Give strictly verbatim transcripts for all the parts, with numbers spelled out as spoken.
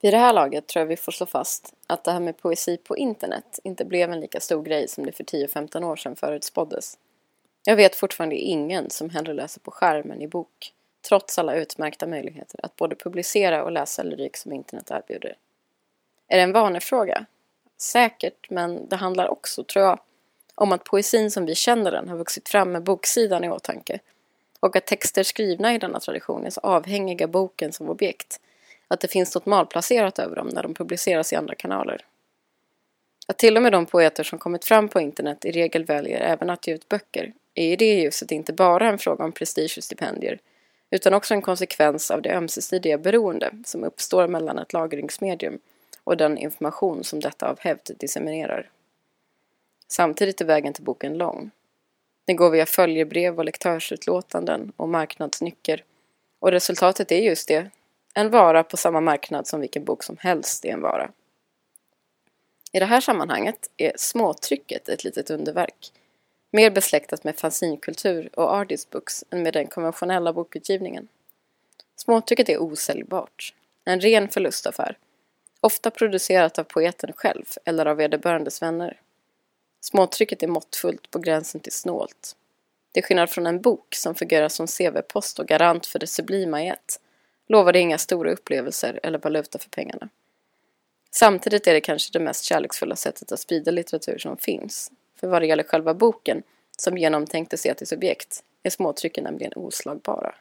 Vid det här laget tror jag vi får slå fast att det här med poesi på internet inte blev en lika stor grej som det för tio femton år sedan förutspåddes. Jag vet fortfarande ingen som hellre läser på skärmen i bok, trots alla utmärkta möjligheter att både publicera och läsa lyrik som internet erbjuder. Är det en vanefråga? Säkert, men det handlar också, tror jag, om att poesin som vi känner den har vuxit fram med boksidan i åtanke och att texter skrivna i denna tradition är så avhängiga boken som objekt att det finns något malplacerat över dem när de publiceras i andra kanaler. Att till och med de poeter som kommit fram på internet i regel väljer även att ge ut böcker är i det ljuset inte bara en fråga om prestige och stipendier utan också en konsekvens av det ömsesidiga beroende som uppstår mellan ett lagringsmedium och den information som detta av hävd disseminerar. Samtidigt är vägen till boken lång. Den går via följebrev och lektörsutlåtanden och marknadsnycker och resultatet är just det, en vara på samma marknad som vilken bok som helst är en vara. I det här sammanhanget är småtrycket ett litet underverk, mer besläktat med fanzinkultur och artist books än med den konventionella bokutgivningen. Småtrycket är osäljbart, en ren förlustaffär, ofta producerat av poeten själv eller av vederbörandes vänner. Småtrycket är måttfullt på gränsen till snålt. Det är skillnad från en bok som fungerar som C V-post och garant för det sublima i ett. Lovar det inga stora upplevelser eller valuta för pengarna. Samtidigt är det kanske det mest kärleksfulla sättet att sprida litteratur som finns. För vad det gäller själva boken, som genomtänkt estetiskt objekt, är småtrycken nämligen oslagbara.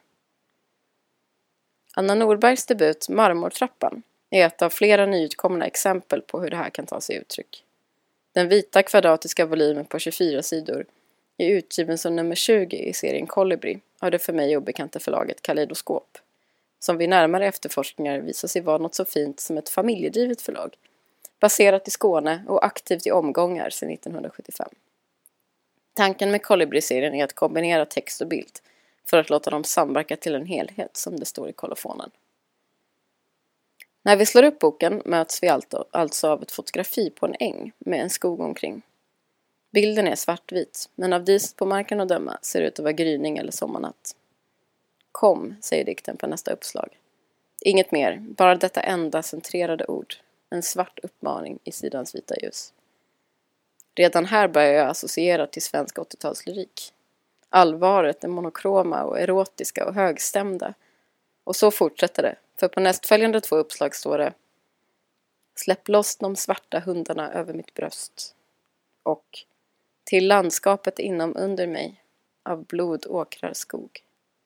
Anna Norbergs debut Marmortrappan är ett av flera nyutkomna exempel på hur det här kan ta sig uttryck. Den vita kvadratiska volymen på tjugofyra sidor är utgiven som nummer tjugo i serien Kolibri av det för mig obekanta förlaget Kaleidoskop, som vid närmare efterforskningar visar sig vara något så fint som ett familjedrivet förlag, baserat i Skåne och aktivt i omgångar sedan nittonhundrasjuttiofem. Tanken med Kolibri-serien är att kombinera text och bild för att låta dem samverka till en helhet, som det står i kolofonen. När vi slår upp boken möts vi alltså av ett fotografi på en äng med en skog omkring. Bilden är svartvit, men av diset på marken att döma ser det ut att vara gryning eller sommarnatt. Kom, säger dikten på nästa uppslag. Inget mer, bara detta enda centrerade ord. En svart uppmaning i sidans vita ljus. Redan här börjar jag associera till svensk åttiotalslyrik. Allvaret, det monokroma och erotiska och högstämda. Och så fortsätter det, för på nästföljande två uppslag står det: Släpp loss de svarta hundarna över mitt bröst. Och till landskapet inom under mig, av blod åkrar skog.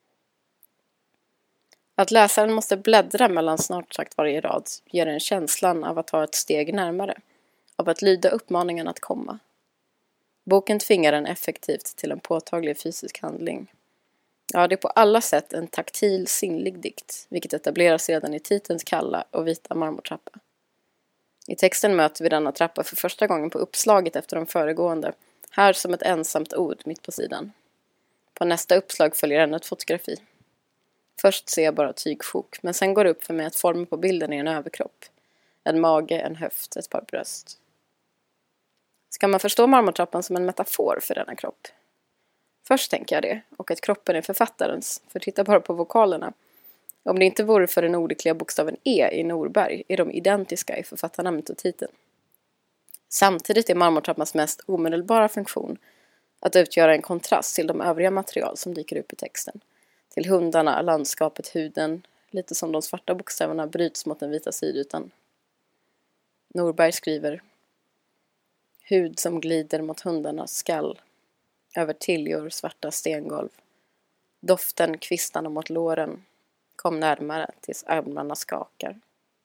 Att läsaren måste bläddra mellan snart sagt varje rad ger en känslan av att ta ett steg närmare, av att lyda uppmaningen att komma. Boken tvingar en effektivt till en påtaglig fysisk handling. Ja, det är på alla sätt en taktil, sinnlig dikt, vilket etableras redan i titelns kalla och vita marmortrappa. I texten möter vi denna trappa för första gången på uppslaget efter de föregående, här som ett ensamt ord mitt på sidan. På nästa uppslag följer ännu ett fotografi. Först ser jag bara tygsjok, men sen går det upp för mig att formen på bilden är en överkropp. En mage, en höft, ett par bröst. Ska man förstå marmortrappan som en metafor för denna kropp? Först tänker jag det, och att kroppen är författarens, för titta bara på vokalerna. Om det inte vore för den ordentliga bokstaven E i Norberg är de identiska i författarnamnet och titeln. Samtidigt är marmortrappans mest omedelbara funktion att utgöra en kontrast till de övriga material som dyker upp i texten. Till hundarna, landskapet, huden, lite som de svarta bokstäverna bryts mot den vita sidytan. Norberg skriver: Hud som glider mot hundarnas skall, över tiljor svarta stengolv. Doften kvistarna mot låren, kom närmare tills armarna skakar.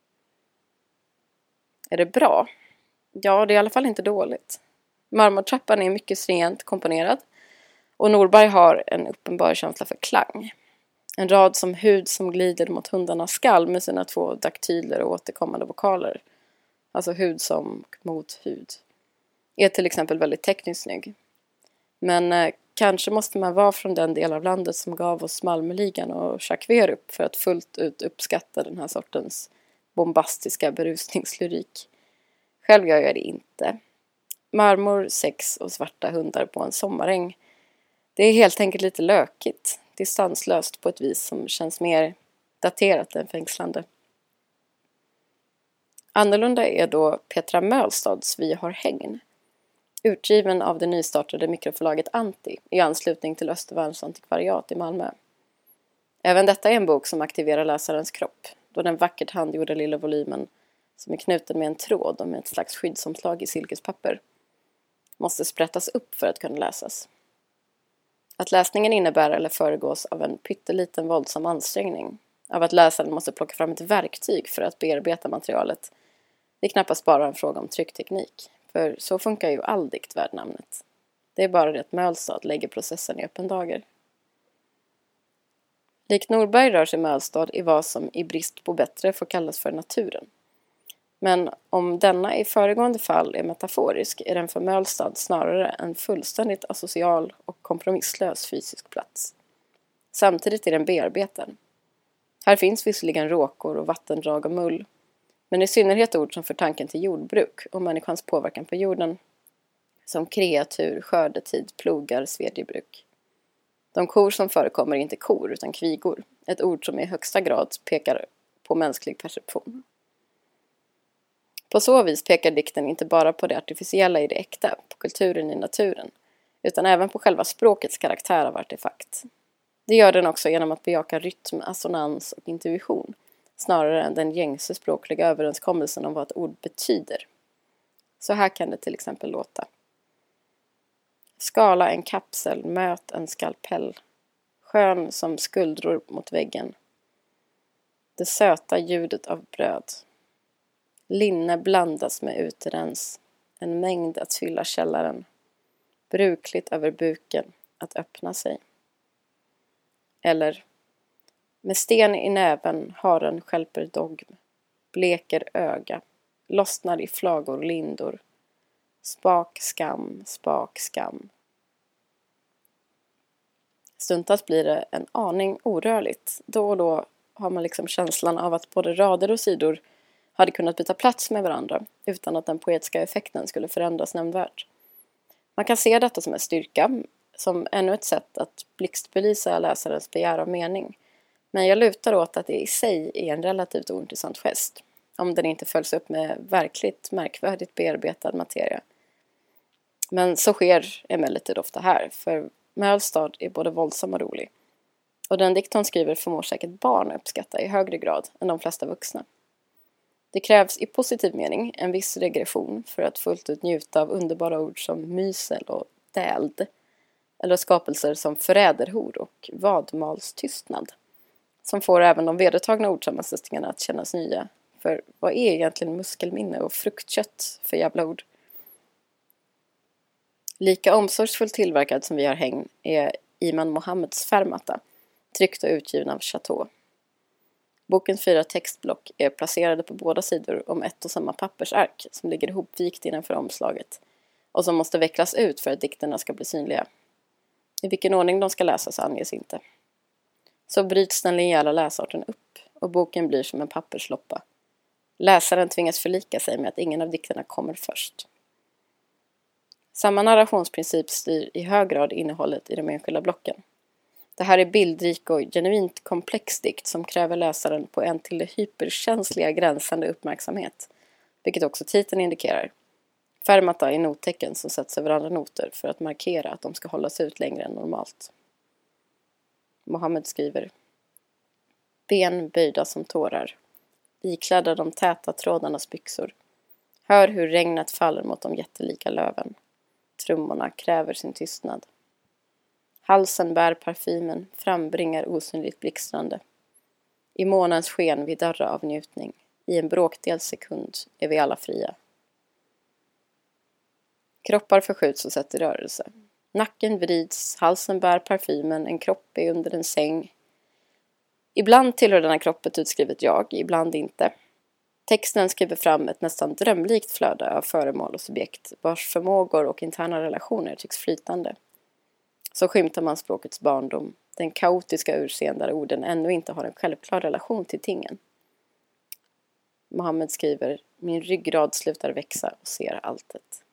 Är det bra? Ja, det är i alla fall inte dåligt. Marmortrappan är mycket stringent komponerad och Norberg har en uppenbar känsla för klang. En rad som hud som glider mot hundarnas skall med sina två daktyler och återkommande vokaler, alltså hud som mot hud, är till exempel väldigt tekniskt snygg. Men eh, kanske måste man vara från den del av landet som gav oss Malmöligan och Jacques Werup för att fullt ut uppskatta den här sortens bombastiska berusningslyrik. Själv gör jag det inte. Marmor, sex och svarta hundar på en sommaräng. Det är helt enkelt lite lökigt, distanslöst på ett vis som känns mer daterat än fängslande. Annorlunda är då Petra Mölstads Vi har hägn, utgiven av det nystartade mikroförlaget Anti i anslutning till Östervärns antikvariat i Malmö. Även detta är en bok som aktiverar läsarens kropp, då den vackert handgjorda lilla volymen, som är knuten med en tråd och med ett slags skyddsomslag i silkespapper, måste sprättas upp för att kunna läsas. Att läsningen innebär eller föregås av en pytteliten våldsam ansträngning, av att läsaren måste plocka fram ett verktyg för att bearbeta materialet, det är knappast bara en fråga om tryckteknik, för så funkar ju all dikt värd namnet. Det är bara det att Mölstad lägger processen i öppen dager. Likt Norberg rör sig Mölstad i vad som i brist på bättre får kallas för naturen. Men om denna i föregående fall är metaforisk är den för Mölstad snarare en fullständigt asocial och kompromisslös fysisk plats. Samtidigt är den bearbetad. Här finns visserligen råkor och vattendrag och mull, men i synnerhet ord som för tanken till jordbruk och människans påverkan på jorden, som kreatur, skördetid, plogar, svedjebruk. De kor som förekommer är inte kor utan kvigor, ett ord som i högsta grad pekar på mänsklig perception. På så vis pekar dikten inte bara på det artificiella i det äkta, på kulturen i naturen, utan även på själva språkets karaktär av artefakt. Det gör den också genom att bejaka rytm, assonans och intuition, snarare än den gängse språkliga överenskommelsen om vad ett ord betyder. Så här kan det till exempel låta. Skala en kapsel, möt en skalpell, skön som skuldror mot väggen. Det söta ljudet av bröd. Linne blandas med utrens, en mängd att fylla källaren. Brukligt över buken att öppna sig. Eller, med sten i näven haren skälper dogm, bleker öga, lossnar i flagor lindor. Spak skam, spak skam. Stundtals blir det en aning orörligt. Då och då har man liksom känslan av att både rader och sidor hade kunnat byta plats med varandra utan att den poetiska effekten skulle förändras nämnvärt. Man kan se detta som en styrka, som ännu ett sätt att blixtbelysa läsarens begär av mening. Men jag lutar åt att det i sig är en relativt ointressant gest, om den inte följs upp med verkligt märkvärdigt bearbetad materia. Men så sker emellertid ofta här, för Mölstad är både våldsam och rolig. Och den dikt hon skriver förmår säkert barn uppskatta i högre grad än de flesta vuxna. Det krävs i positiv mening en viss regression för att fullt ut njuta av underbara ord som mysel och däld, eller skapelser som förräderhor och vadmalstystnad, som får även de vedertagna ordsammansättningarna att kännas nya. För vad är egentligen muskelminne och fruktkött för jävla ord? Lika omsorgsfullt tillverkad som Vi har hägn är Iman Mohammeds Fermata, tryckt och utgiven av Chateau. Bokens fyra textblock är placerade på båda sidor om ett och samma pappersark som ligger ihopvikt innanför omslaget och som måste vecklas ut för att dikterna ska bli synliga. I vilken ordning de ska läsas anges inte. Så bryts den linjära läsarten upp och boken blir som en pappersloppa. Läsaren tvingas förlika sig med att ingen av dikterna kommer först. Samma narrationsprincip styr i hög grad innehållet i de enskilda blocken. Det här är bildrik och genuint komplex dikt som kräver läsaren på en till det hyperkänsliga gränsande uppmärksamhet, vilket också titeln indikerar. Fermata är nottecken som sätts över andra noter för att markera att de ska hållas ut längre än normalt. Mohammed skriver: Ben böjda som tårar, iklädda de täta trådarnas byxor. Hör hur regnet faller mot de jättelika löven. Trummorna kräver sin tystnad. Halsen bär parfymen, frambringar osynligt blixtrande. I månens sken vi darra av njutning. I en bråkdel sekund är vi alla fria. Kroppar förskjuts och sätter i rörelse. Nacken vrids, halsen bär parfymen, en kropp är under en säng. Ibland tillhör denna kropp ett utskrivet jag, ibland inte. Texten skriver fram ett nästan drömlikt flöde av föremål och subjekt, vars förmågor och interna relationer tycks flytande. Så skymtar man språkets barndom, den kaotiska urseende där orden ännu inte har en självklar relation till tingen. Mohammed skriver: min ryggrad slutar växa och ser alltet.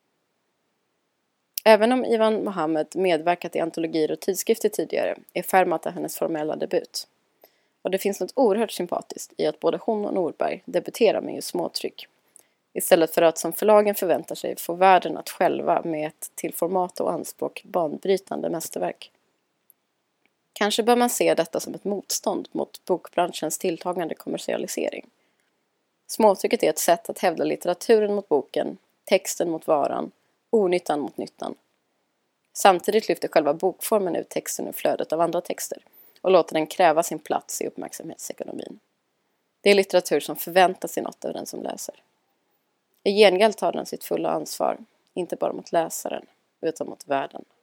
Även om Ivan Mohammed medverkat i antologier och tidskrifter tidigare är Fermata hennes formella debut. Och det finns något oerhört sympatiskt i att både hon och Norberg debuterar med just småtryck. Istället för att som förlagen förväntar sig få världen att själva med ett till format och anspråk banbrytande mästerverk. Kanske bör man se detta som ett motstånd mot bokbranschens tilltagande kommersialisering. Småtrycket är ett sätt att hävda litteraturen mot boken, texten mot varan, onyttan mot nyttan. Samtidigt lyfter själva bokformen ut texten ur flödet av andra texter och låter den kräva sin plats i uppmärksamhetsekonomin. Det är litteratur som förväntar sig något av den som läser. I gengäld tar den sitt fulla ansvar, inte bara mot läsaren, utan mot världen.